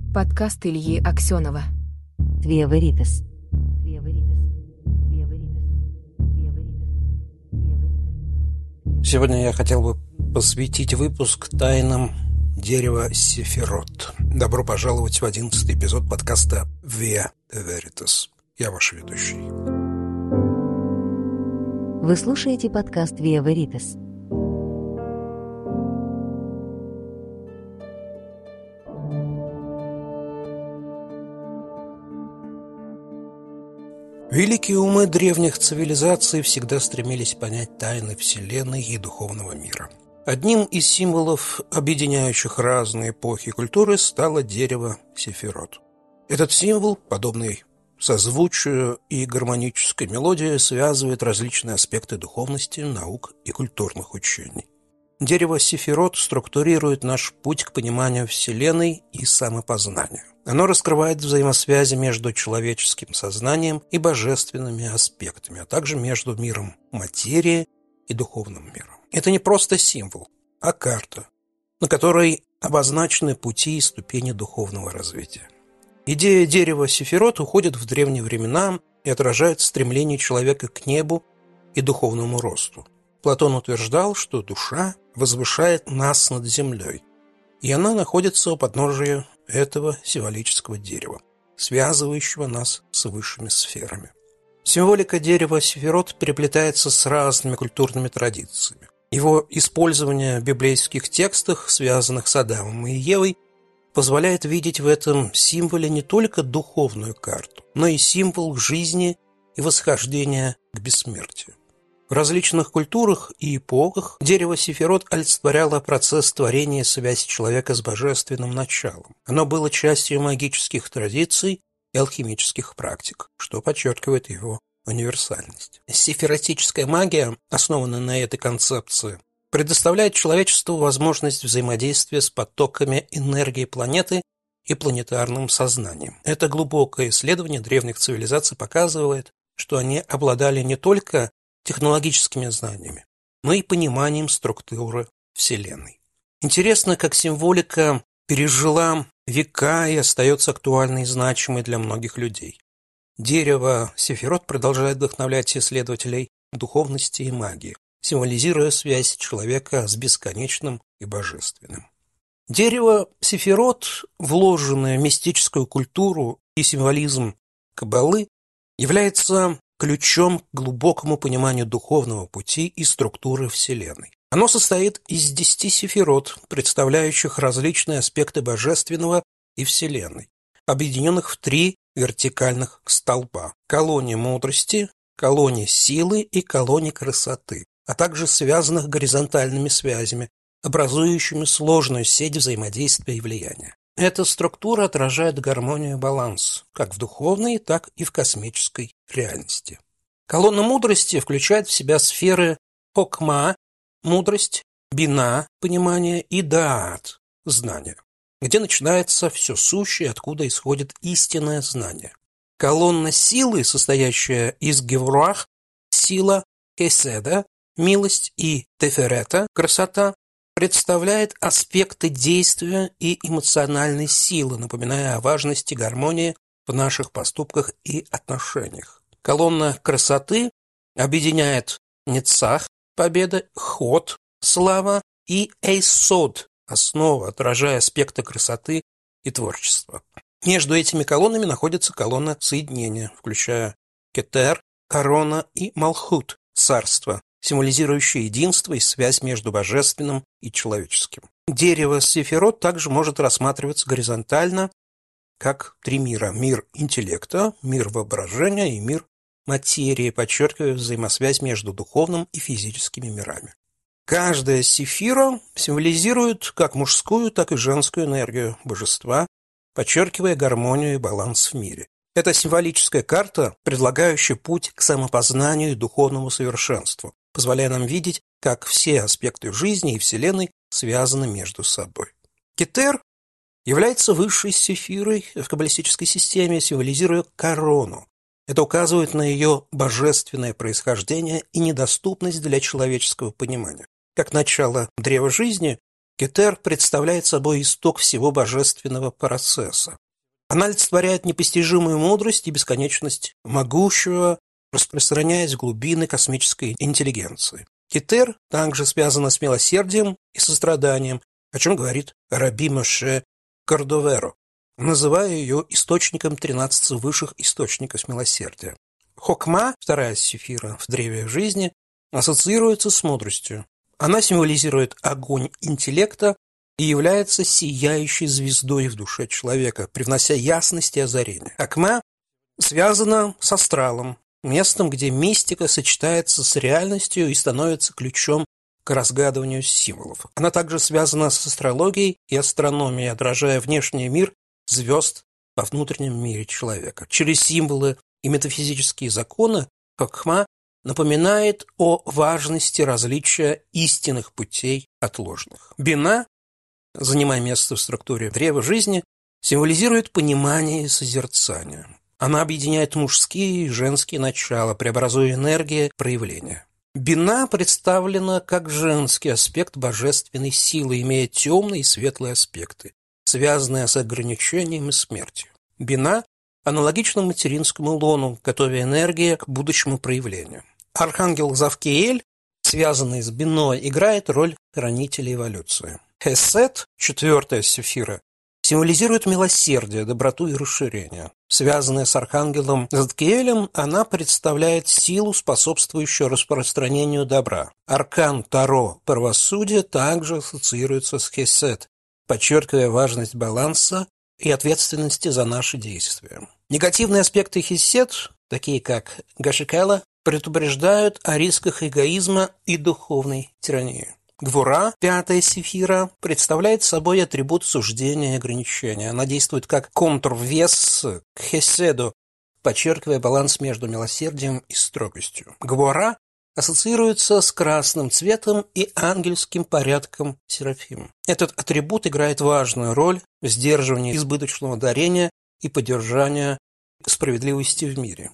Подкаст Ильи Аксенова. Via Veritas. Сегодня я хотел бы посвятить выпуск тайнам дерева Сефирот. Добро пожаловать в 11-й эпизод подкаста Via Veritas. Я ваш ведущий. Вы слушаете подкаст Via Veritas. Великие умы древних цивилизаций всегда стремились понять тайны Вселенной и духовного мира. Одним из символов, объединяющих разные эпохи культуры, стало дерево Сефирот. Этот символ, подобный созвучию и гармонической мелодии, связывает различные аспекты духовности, наук и культурных учений. Дерево Сефирот структурирует наш путь к пониманию Вселенной и самопознанию. Оно раскрывает взаимосвязи между человеческим сознанием и божественными аспектами, а также между миром материи и духовным миром. Это не просто символ, а карта, на которой обозначены пути и ступени духовного развития. Идея дерева Сефирот уходит в древние времена и отражает стремление человека к небу и духовному росту. Платон утверждал, что душа возвышает нас над землей, и она находится у подножия этого символического дерева, связывающего нас с высшими сферами. Символика дерева Сефирот переплетается с разными культурными традициями. Его использование в библейских текстах, связанных с Адамом и Евой, позволяет видеть в этом символе не только духовную карту, но и символ жизни и восхождения к бессмертию. В различных культурах и эпохах дерево Сефирот олицетворяло процесс творения и связь человека с божественным началом. Оно было частью магических традиций и алхимических практик, что подчеркивает его универсальность. Сефиротическая магия, основанная на этой концепции, предоставляет человечеству возможность взаимодействия с потоками энергии планеты и планетарным сознанием. Это глубокое исследование древних цивилизаций показывает, что они обладали не только технологическими знаниями, но и пониманием структуры Вселенной. Интересно, как символика пережила века и остается актуальной и значимой для многих людей. Дерево Сефирот продолжает вдохновлять исследователей духовности и магии, символизируя связь человека с бесконечным и божественным. Дерево Сефирот, вложенное в мистическую культуру и символизм Каббалы, является ключом к глубокому пониманию духовного пути и структуры Вселенной. Оно состоит из 10 сефирот, представляющих различные аспекты божественного и Вселенной, объединенных в 3 вертикальных столпа – колонии мудрости, колонии силы и колонии красоты, а также связанных горизонтальными связями, образующими сложную сеть взаимодействия и влияния. Эта структура отражает гармонию и баланс как в духовной, так и в космической реальности. Колонна мудрости включает в себя сферы хокма – мудрость, бина – понимание и даат – знание, где начинается все сущее, откуда исходит истинное знание. Колонна силы, состоящая из гевурах – сила, хеседа – милость и теферета – красота, представляет аспекты действия и эмоциональной силы, напоминая о важности гармонии в наших поступках и отношениях. Колонна красоты объединяет нецах – победа, ход – слава и эйсод – основа, отражая аспекты красоты и творчества. Между этими колоннами находится колонна соединения, включая кетер, корона и малхут – царство, символизирующее единство и связь между божественным и человеческим. Дерево Сефирот также может рассматриваться горизонтально, как 3 мира – мир интеллекта, мир воображения и мир материи, подчеркивая взаимосвязь между духовным и физическими мирами. Каждая сефира символизирует как мужскую, так и женскую энергию божества, подчеркивая гармонию и баланс в мире. Это символическая карта, предлагающая путь к самопознанию и духовному совершенству, позволяя нам видеть, как все аспекты жизни и Вселенной связаны между собой. Кетер является высшей сефирой в каббалистической системе, символизируя корону. Это указывает на ее божественное происхождение и недоступность для человеческого понимания. Как начало древа жизни, Кетер представляет собой исток всего божественного процесса. Она олицетворяет непостижимую мудрость и бесконечность могущего, распространяясь в глубины космической интеллигенции. Кетер также связана с милосердием и состраданием, о чем говорит Раби Моше Кордоверо, называя ее источником 13 высших источников милосердия. Хокма, вторая сефира в древе жизни, ассоциируется с мудростью. Она символизирует огонь интеллекта и является сияющей звездой в душе человека, привнося ясность и озарение. Хокма связана с астралом, местом, где мистика сочетается с реальностью и становится ключом к разгадыванию символов. Она также связана с астрологией и астрономией, отражая внешний мир звезд во внутреннем мире человека. Через символы и метафизические законы Хокма напоминает о важности различия истинных путей от ложных. Бина, занимая место в структуре древа жизни, символизирует понимание и созерцание. Она объединяет мужские и женские начала, преобразуя энергии проявления. Бина представлена как женский аспект божественной силы, имея темные и светлые аспекты, связанные с ограничением и смертью. Бина аналогично материнскому лону, готовя энергии к будущему проявлению. Архангел Завкиэль, связанный с Биной, играет роль хранителя эволюции. Хесед, четвертая сефира, символизирует милосердие, доброту и расширение. Связанная с архангелом Задкиэлем, она представляет силу, способствующую распространению добра. Аркан Таро правосудия также ассоциируется с Хесед, подчеркивая важность баланса и ответственности за наши действия. Негативные аспекты Хесед, такие как Гашикала, предупреждают о рисках эгоизма и духовной тирании. Гвура, пятая сефира, представляет собой атрибут суждения и ограничения. Она действует как контрвес к Хеседу, подчеркивая баланс между милосердием и строгостью. Гвура ассоциируется с красным цветом и ангельским порядком Серафим. Этот атрибут играет важную роль в сдерживании избыточного дарения и поддержании справедливости в мире.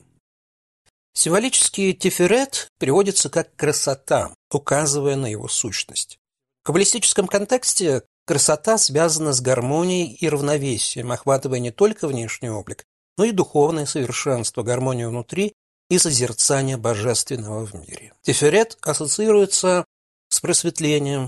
Символический тиферет переводится как «красота», указывая на его сущность. В каббалистическом контексте красота связана с гармонией и равновесием, охватывая не только внешний облик, но и духовное совершенство, гармонию внутри и созерцание божественного в мире. Тиферет ассоциируется с просветлением,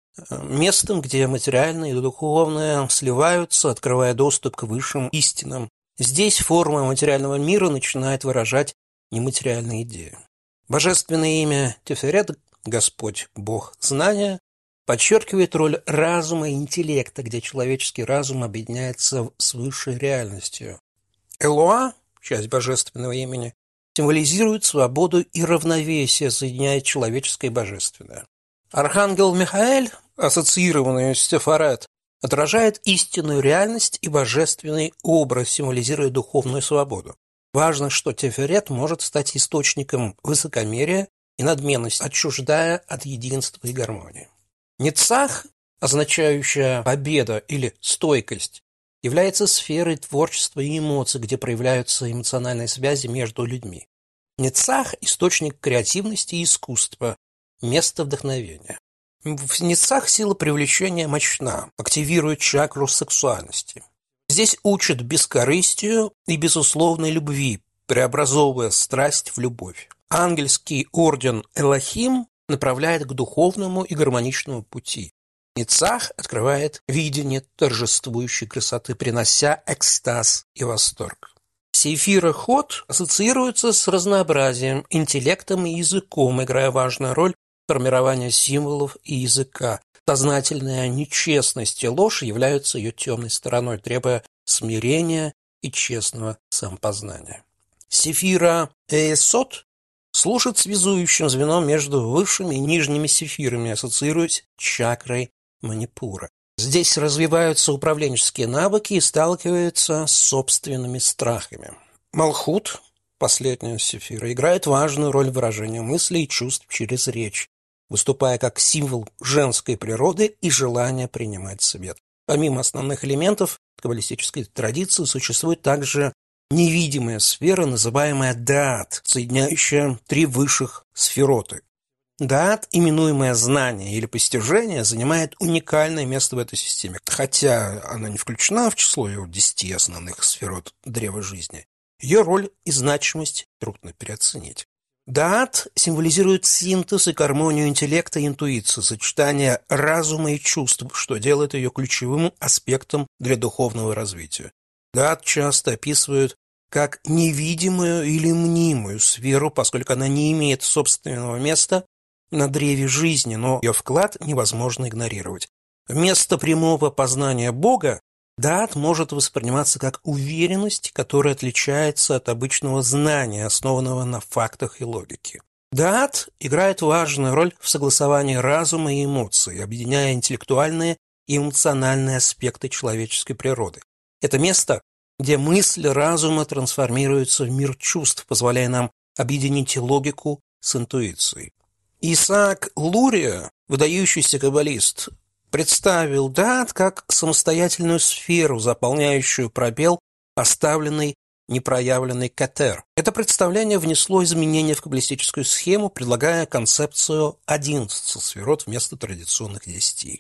местом, где материальное и духовное сливаются, открывая доступ к высшим истинам. Здесь форма материального мира начинает выражать нематериальные идеи. Божественное имя Тиферет, Господь, Бог, знания, подчеркивает роль разума и интеллекта, где человеческий разум объединяется с высшей реальностью. Элоа, часть божественного имени, символизирует свободу и равновесие, соединяя человеческое и божественное. Архангел Михаэль, ассоциированный с Тиферет, отражает истинную реальность и божественный образ, символизируя духовную свободу. Важно, что Тиферет может стать источником высокомерия и надменности, отчуждая от единства и гармонии. Нецах, означающая победа или стойкость, является сферой творчества и эмоций, где проявляются эмоциональные связи между людьми. Нецах – источник креативности и искусства, место вдохновения. В Нецах сила привлечения мощна, активирует чакру сексуальности. Здесь учат бескорыстию и безусловной любви, преобразовывая страсть в любовь. Ангельский орден Элохим направляет к духовному и гармоничному пути. Нецах открывает видение торжествующей красоты, принося экстаз и восторг. Сефира Ход ассоциируется с разнообразием, интеллектом и языком, играя важную роль в формировании символов и языка. Сознательная нечестность и ложь являются ее темной стороной, требуя смирения и честного самопознания. Сефира Эйсот служит связующим звеном между высшими и нижними сефирами, ассоциируясь с чакрой Манипура. Здесь развиваются управленческие навыки и сталкиваются с собственными страхами. Малхут, последняя сефира, играет важную роль в выражении мыслей и чувств через речь, выступая как символ женской природы и желания принимать свет. Помимо основных элементов каббалистической традиции существует также невидимая сфера, называемая даат, соединяющая три высших сфероты. Даат, именуемое знание или постижение, занимает уникальное место в этой системе. Хотя она не включена в число ее 10 основных сферот древа жизни, ее роль и значимость трудно переоценить. Даат символизирует синтез и гармонию интеллекта и интуиции, сочетание разума и чувств, что делает ее ключевым аспектом для духовного развития. Даат часто описывают как невидимую или мнимую сферу, поскольку она не имеет собственного места на древе жизни, но ее вклад невозможно игнорировать. Вместо прямого познания Бога даат может восприниматься как уверенность, которая отличается от обычного знания, основанного на фактах и логике. Даат играет важную роль в согласовании разума и эмоций, объединяя интеллектуальные и эмоциональные аспекты человеческой природы. Это место, где мысль разума трансформируется в мир чувств, позволяя нам объединить логику с интуицией. Исаак Лурия, выдающийся каббалист, представил даат как самостоятельную сферу, заполняющую пробел, оставленный непроявленный кетер. Это представление внесло изменения в каббалистическую схему, предлагая концепцию 11 сферот вместо традиционных 10.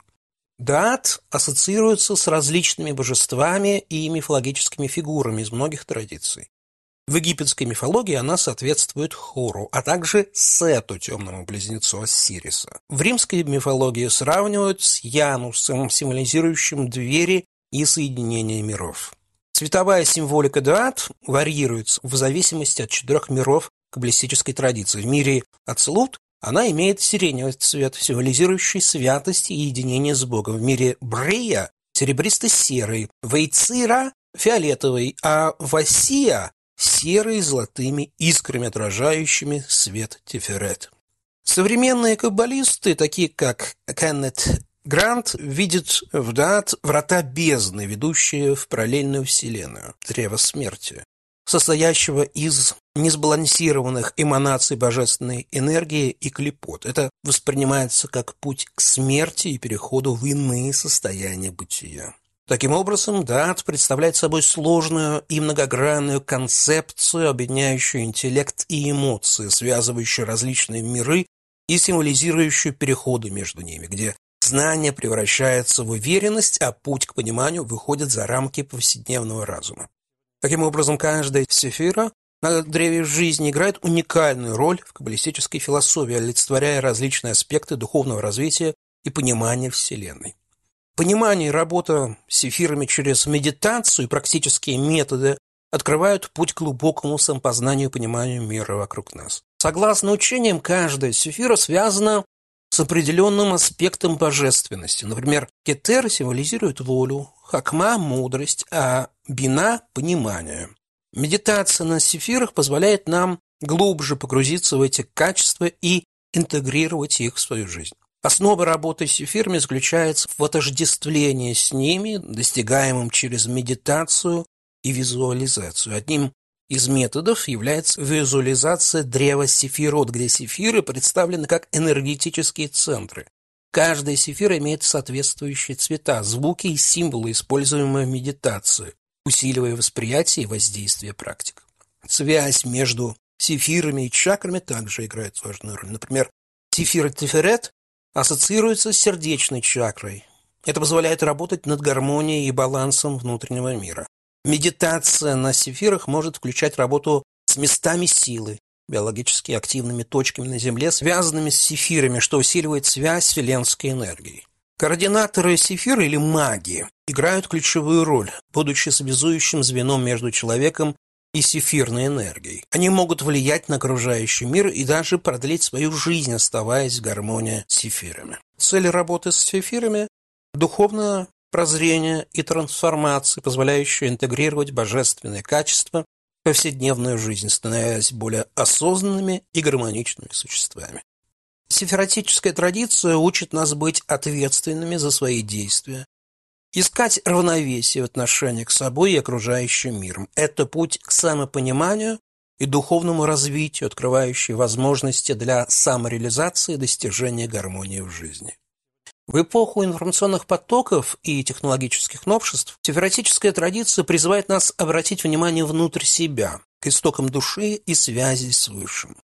Даат ассоциируется с различными божествами и мифологическими фигурами из многих традиций. В египетской мифологии она соответствует Хору, а также Сету, темному близнецу Осириса. В римской мифологии сравнивают с Янусом, символизирующим двери и соединение миров. Цветовая символика даат варьируется в зависимости от 4 миров каббалистической традиции. В мире Ацилут она имеет сиреневый цвет, символизирующий святость и единение с Богом. В мире Брия – серебристо-серый, в Эйцира – фиолетовый, а в Осия – серый с золотыми искрами, отражающими свет Тиферет. Современные каббалисты, такие как Кеннет Грант, видят в даат врата бездны, ведущие в параллельную вселенную, древо смерти, состоящего из несбалансированных эманаций божественной энергии и клипот. Это воспринимается как путь к смерти и переходу в иные состояния бытия. Таким образом, даат представляет собой сложную и многогранную концепцию, объединяющую интеллект и эмоции, связывающую различные миры и символизирующую переходы между ними, где знание превращается в уверенность, а путь к пониманию выходит за рамки повседневного разума. Таким образом, каждая сефира на древе жизни играет уникальную роль в каббалистической философии, олицетворяя различные аспекты духовного развития и понимания Вселенной. Понимание и работа с сефирами через медитацию и практические методы открывают путь к глубокому самопознанию и пониманию мира вокруг нас. Согласно учениям, каждая сефира связана с определенным аспектом божественности. Например, кетер символизирует волю, хакма – мудрость, а бина – понимание. Медитация на сефирах позволяет нам глубже погрузиться в эти качества и интегрировать их в свою жизнь. Основа работы с сефирами заключается в отождествлении с ними, достигаемом через медитацию и визуализацию. Одним из методов является визуализация древа сефирот, где сефиры представлены как энергетические центры. Каждая сефира имеет соответствующие цвета, звуки и символы, используемые в медитации, усиливая восприятие и воздействие практик. Связь между сефирами и чакрами также играет важную роль. Например, сефир Тиферет ассоциируется с сердечной чакрой. Это позволяет работать над гармонией и балансом внутреннего мира. Медитация на сефирах может включать работу с местами силы, биологически активными точками на Земле, связанными с сефирами, что усиливает связь с вселенской энергией. Координаторы сефира или маги играют ключевую роль, будучи связующим звеном между человеком и сефирной энергией. Они могут влиять на окружающий мир и даже продлить свою жизнь, оставаясь в гармонии с сефирами. Цель работы с сефирами – духовное прозрение и трансформация, позволяющая интегрировать божественные качества в повседневную жизнь, становясь более осознанными и гармоничными существами. Сефиротическая традиция учит нас быть ответственными за свои действия, искать равновесие в отношении к собой и окружающим миром. Это путь к самопониманию и духовному развитию, открывающий возможности для самореализации и достижения гармонии в жизни. В эпоху информационных потоков и технологических новшеств сефиротическая традиция призывает нас обратить внимание внутрь себя, к истокам души и связи с Высшим.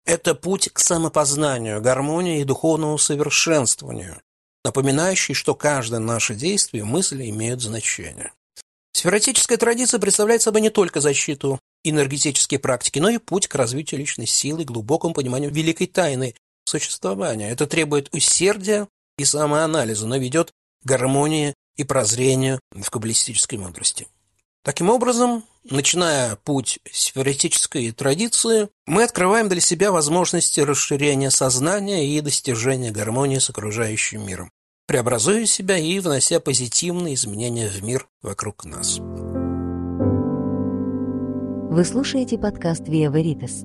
Это путь к самопознанию, гармонии и духовному совершенствованию, напоминающий, что каждое наше действие и мысли имеют значение. Сфератическая традиция представляет собой не только защиту энергетической практики, но и путь к развитию личной силы и глубокому пониманию великой тайны существования. Это требует усердия и самоанализа, но ведет к гармонии и прозрению в каббалистической мудрости. Таким образом, начиная путь сфератической традиции, мы открываем для себя возможности расширения сознания и достижения гармонии с окружающим миром, преобразуя себя и внося позитивные изменения в мир вокруг нас. Вы слушаете подкаст Via Veritas.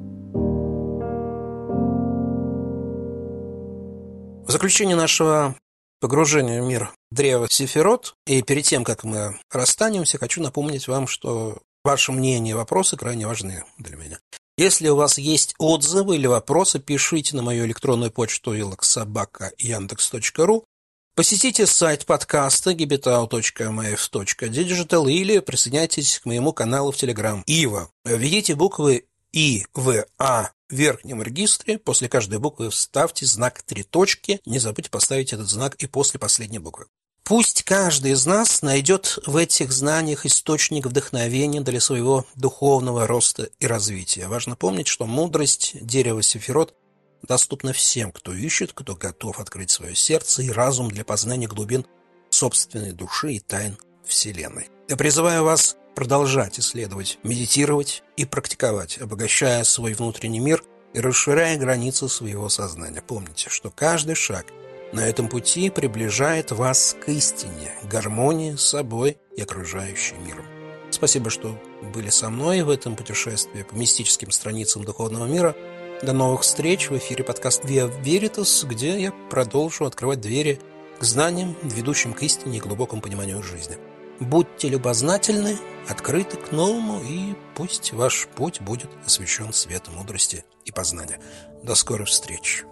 В заключение нашего погружения в мир древа Сефирот, и перед тем, как мы расстанемся, хочу напомнить вам, что ваше мнение и вопросы крайне важны для меня. Если у вас есть отзывы или вопросы, пишите на мою электронную почту ilok@yandex.ru, посетите сайт подкаста gebetau.mf.digital или присоединяйтесь к моему каналу в Telegram Ива. Введите буквы ИВА в верхнем регистре, после каждой буквы вставьте знак 3 точки, не забудьте поставить этот знак и после последней буквы. Пусть каждый из нас найдет в этих знаниях источник вдохновения для своего духовного роста и развития. Важно помнить, что мудрость дерева Сефирот доступна всем, кто ищет, кто готов открыть свое сердце и разум для познания глубин собственной души и тайн Вселенной. Я призываю вас продолжать исследовать, медитировать и практиковать, обогащая свой внутренний мир и расширяя границы своего сознания. Помните, что каждый шаг на этом пути приближает вас к истине, гармонии с собой и окружающим миром. Спасибо, что были со мной в этом путешествии по мистическим страницам духовного мира. До новых встреч в эфире подкаст Via Veritas, где я продолжу открывать двери к знаниям, ведущим к истине и глубокому пониманию жизни. Будьте любознательны, открыты к новому, и пусть ваш путь будет освещен светом мудрости и познания. До скорых встреч!